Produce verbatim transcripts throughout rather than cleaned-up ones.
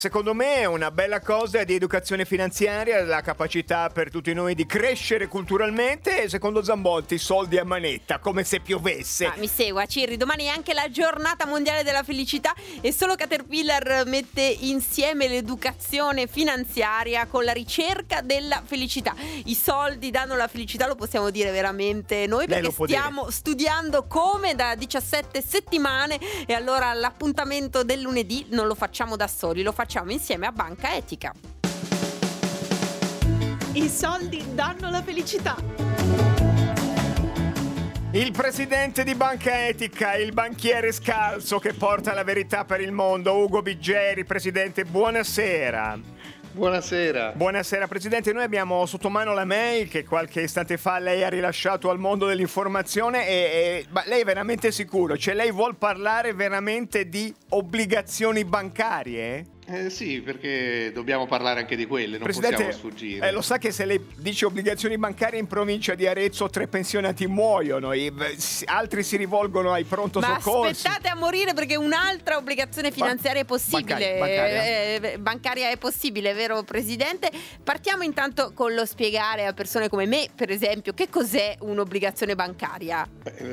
Secondo me è una bella cosa di educazione finanziaria, la capacità per tutti noi di crescere culturalmente, e secondo Zambotti soldi a manetta, come se piovesse. Ah, mi segua Cirri, domani è anche la giornata mondiale della felicità e solo Caterpillar mette insieme l'educazione finanziaria con la ricerca della felicità. I soldi danno la felicità, lo possiamo dire veramente noi, perché stiamo dire. studiando come da diciassette settimane, e allora l'appuntamento del lunedì non lo facciamo da soli, lo facciamo insieme a Banca Etica. I soldi danno la felicità. Il presidente di Banca Etica, il banchiere scalzo che porta la verità per il mondo, Ugo Biggeri. Presidente, buonasera. Buonasera. Buonasera Presidente, noi abbiamo sotto mano la mail che qualche istante fa lei ha rilasciato al mondo dell'informazione e, e ma lei è veramente sicuro? Cioè lei vuol parlare veramente di obbligazioni bancarie? Eh sì, perché dobbiamo parlare anche di quelle, non Presidente, possiamo sfuggire. Eh, lo sa che se lei dice obbligazioni bancarie in provincia di Arezzo tre pensionati muoiono, e altri si rivolgono ai pronto Ma soccorsi. aspettate a morire, perché un'altra obbligazione finanziaria ba- è possibile. Bancaria, bancaria. Eh, bancaria è possibile, vero Presidente? Partiamo intanto con lo spiegare a persone come me, per esempio, che cos'è un'obbligazione bancaria.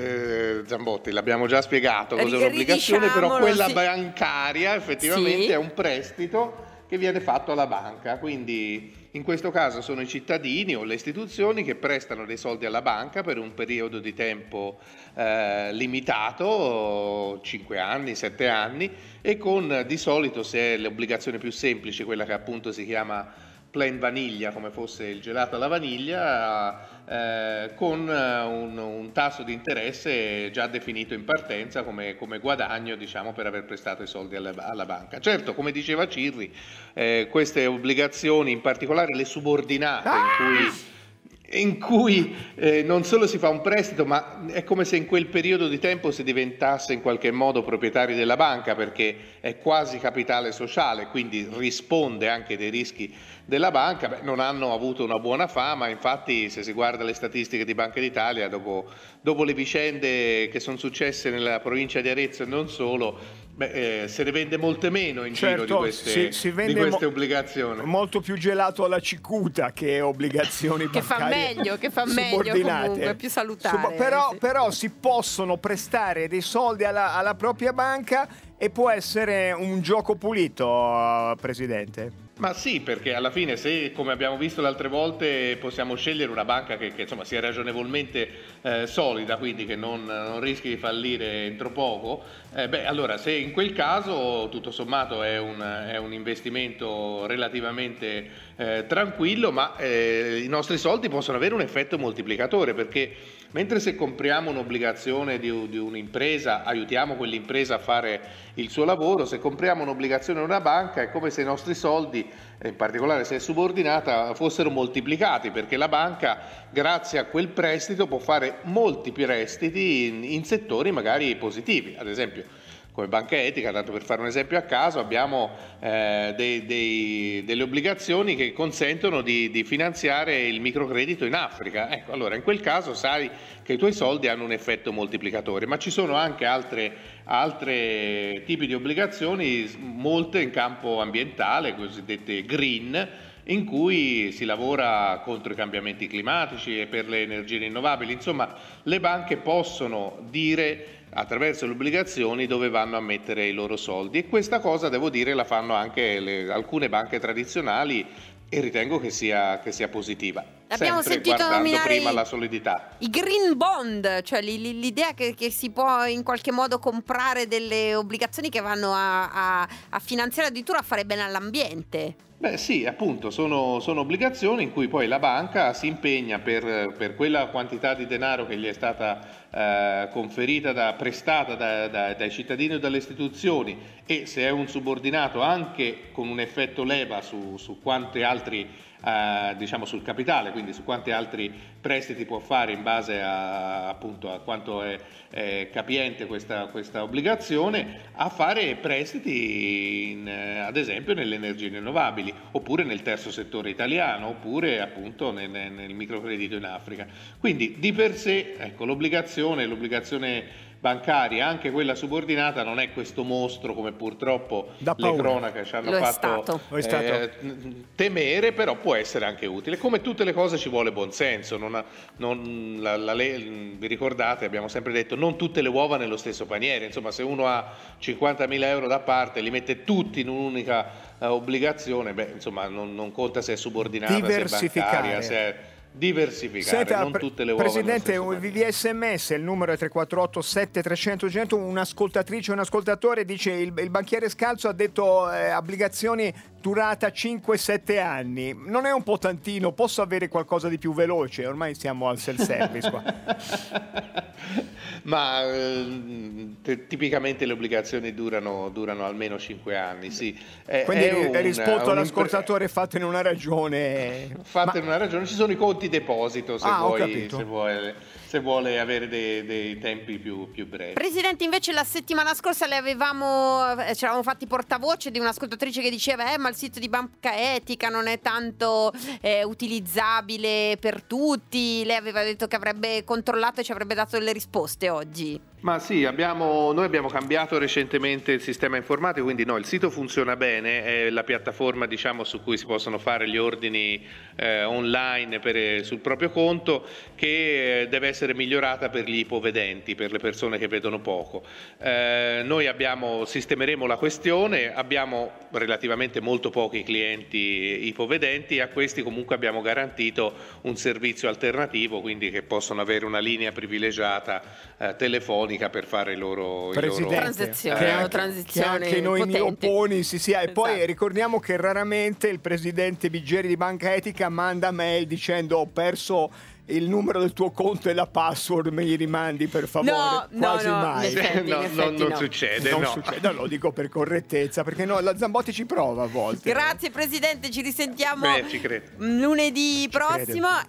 Eh, Zambotti, l'abbiamo già spiegato cos'è R- un'obbligazione, però quella sì. bancaria effettivamente sì. è un prestito che viene fatto alla banca, quindi in questo caso sono i cittadini o le istituzioni che prestano dei soldi alla banca per un periodo di tempo eh, limitato, cinque anni, sette anni, e con di solito, se è l'obbligazione più semplice, quella che appunto si chiama plain vaniglia, come fosse il gelato alla vaniglia, eh, con un, un tasso di interesse già definito in partenza come, come guadagno, diciamo, per aver prestato i soldi alla, alla banca. Certo, come diceva Cirri, eh, queste obbligazioni, in particolare le subordinate, in cui in cui eh, non solo si fa un prestito, ma è come se in quel periodo di tempo si diventasse in qualche modo proprietari della banca, perché è quasi capitale sociale, quindi risponde anche dei rischi della banca. Beh, non hanno avuto una buona fama, infatti se si guarda le statistiche di Banca d'Italia, dopo, dopo le vicende che sono successe nella provincia di Arezzo e non solo, beh, eh, se ne vende molte meno in certo, giro di queste, si, si vende di queste mo- obbligazioni. Molto più gelato alla cicuta che obbligazioni che bancarie. Che fa meglio, che fa meglio comunque, più salutare. Subo- però, sì. però si possono prestare dei soldi alla, alla propria banca e può essere un gioco pulito, Presidente? Ma sì, perché alla fine, se come abbiamo visto le altre volte possiamo scegliere una banca che, che insomma sia ragionevolmente eh, solida, quindi che non, non rischi di fallire entro poco, eh, beh allora se in quel caso tutto sommato è un, è un investimento relativamente eh, tranquillo, ma eh, i nostri soldi possono avere un effetto moltiplicatore, perché mentre se compriamo un'obbligazione di, di un'impresa aiutiamo quell'impresa a fare il suo lavoro, se compriamo un'obbligazione in una banca è come se i nostri soldi, in particolare se è subordinata, fossero moltiplicati, perché la banca grazie a quel prestito può fare molti prestiti in, in settori magari positivi. Ad esempio, come Banca Etica, tanto per fare un esempio a caso, abbiamo eh, dei, dei, delle obbligazioni che consentono di, di finanziare il microcredito in Africa. Ecco, allora in quel caso sai che i tuoi soldi hanno un effetto moltiplicatore, ma ci sono anche altre, altre tipi di obbligazioni, molte in campo ambientale, cosiddette green, in cui si lavora contro i cambiamenti climatici e per le energie rinnovabili. Insomma, le banche possono dire attraverso le obbligazioni dove vanno a mettere i loro soldi, e questa cosa, devo dire, la fanno anche le, alcune banche tradizionali, e ritengo che sia, che sia positiva. Abbiamo sempre sentito guardando nominare prima i, la solidità. I green bond, cioè l'idea che, che si può in qualche modo comprare delle obbligazioni che vanno a, a, a finanziare, addirittura a fare bene all'ambiente. Beh sì, appunto, sono, sono obbligazioni in cui poi la banca si impegna per, per quella quantità di denaro che gli è stata eh, conferita, da, prestata da, da, dai cittadini o dalle istituzioni, e se è un subordinato anche con un effetto leva su, su quanti altri Uh, diciamo sul capitale, quindi su quanti altri prestiti può fare in base a, appunto, a quanto è, è capiente questa, questa obbligazione, a fare prestiti in, ad esempio nelle energie rinnovabili, oppure nel terzo settore italiano, oppure appunto nel, nel microcredito in Africa. Quindi di per sé, ecco, l'obbligazione, l'obbligazione bancaria, anche quella subordinata, non è questo mostro come purtroppo Da le paura. cronache ci hanno Lo è fatto stato. Lo è stato. eh, temere, però può essere anche utile. Come tutte le cose ci vuole buonsenso. Non ha- non- la- la le- vi ricordate, abbiamo sempre detto non tutte le uova nello stesso paniere. Insomma, se uno ha cinquantamila euro da parte, li mette tutti in un'unica eh, obbligazione, beh, insomma, non, non conta se è subordinata, se è Diversificare. bancaria, se è diversificare, Senta, non pre- tutte le uova Presidente, nello un stesso V paniere. V S M S, il numero è tre quattro otto sette tre zero zero zero, un'ascoltatrice, un ascoltatore dice il, il banchiere Scalzo ha detto eh, obbligazioni durata cinque sette anni, non è un po' tantino, posso avere qualcosa di più veloce? Ormai siamo al self-service qua. Ma eh, te- tipicamente le obbligazioni durano, durano almeno cinque anni, sì. È- Quindi è un- rispondo un- all'ascoltatore, fatene una ragione. Fatene Ma- una ragione, ci sono i conti deposito se, Ah, ho vuoi, capito. se, vuoi, se vuole avere dei, dei tempi più, più brevi. Presidente, invece la settimana scorsa le avevamo, eh, ci eravamo fatti portavoce di un'ascoltatrice che diceva eh ma il sito di Banca Etica non è tanto eh, utilizzabile per tutti. Lei aveva detto che avrebbe controllato e ci avrebbe dato delle risposte oggi. Ma sì, abbiamo, noi abbiamo cambiato recentemente il sistema informatico, quindi no, il sito funziona bene, è la piattaforma diciamo su cui si possono fare gli ordini eh, online per, sul proprio conto, che eh, deve essere migliorata per gli ipovedenti, per le persone che vedono poco. Eh, noi abbiamo, sistemeremo la questione, abbiamo relativamente molto pochi clienti ipovedenti e a questi comunque abbiamo garantito un servizio alternativo, quindi che possono avere una linea privilegiata eh, telefonica per fare i loro, i Presidente, loro Transizione, che una anche, transizione che anche noi potente. neoponi si sia. E poi Esatto. ricordiamo che raramente il presidente Biggeri di Banca Etica manda mail dicendo ho perso il numero del tuo conto e la password, me li rimandi per favore. No, no, Quasi no, mai. in effetti, No, in no, effetti non no. succede, Non no. succede, no, lo dico per correttezza, perché no, la Zambotti ci prova a volte. Grazie Presidente, ci risentiamo Beh, ci credo. lunedì prossimo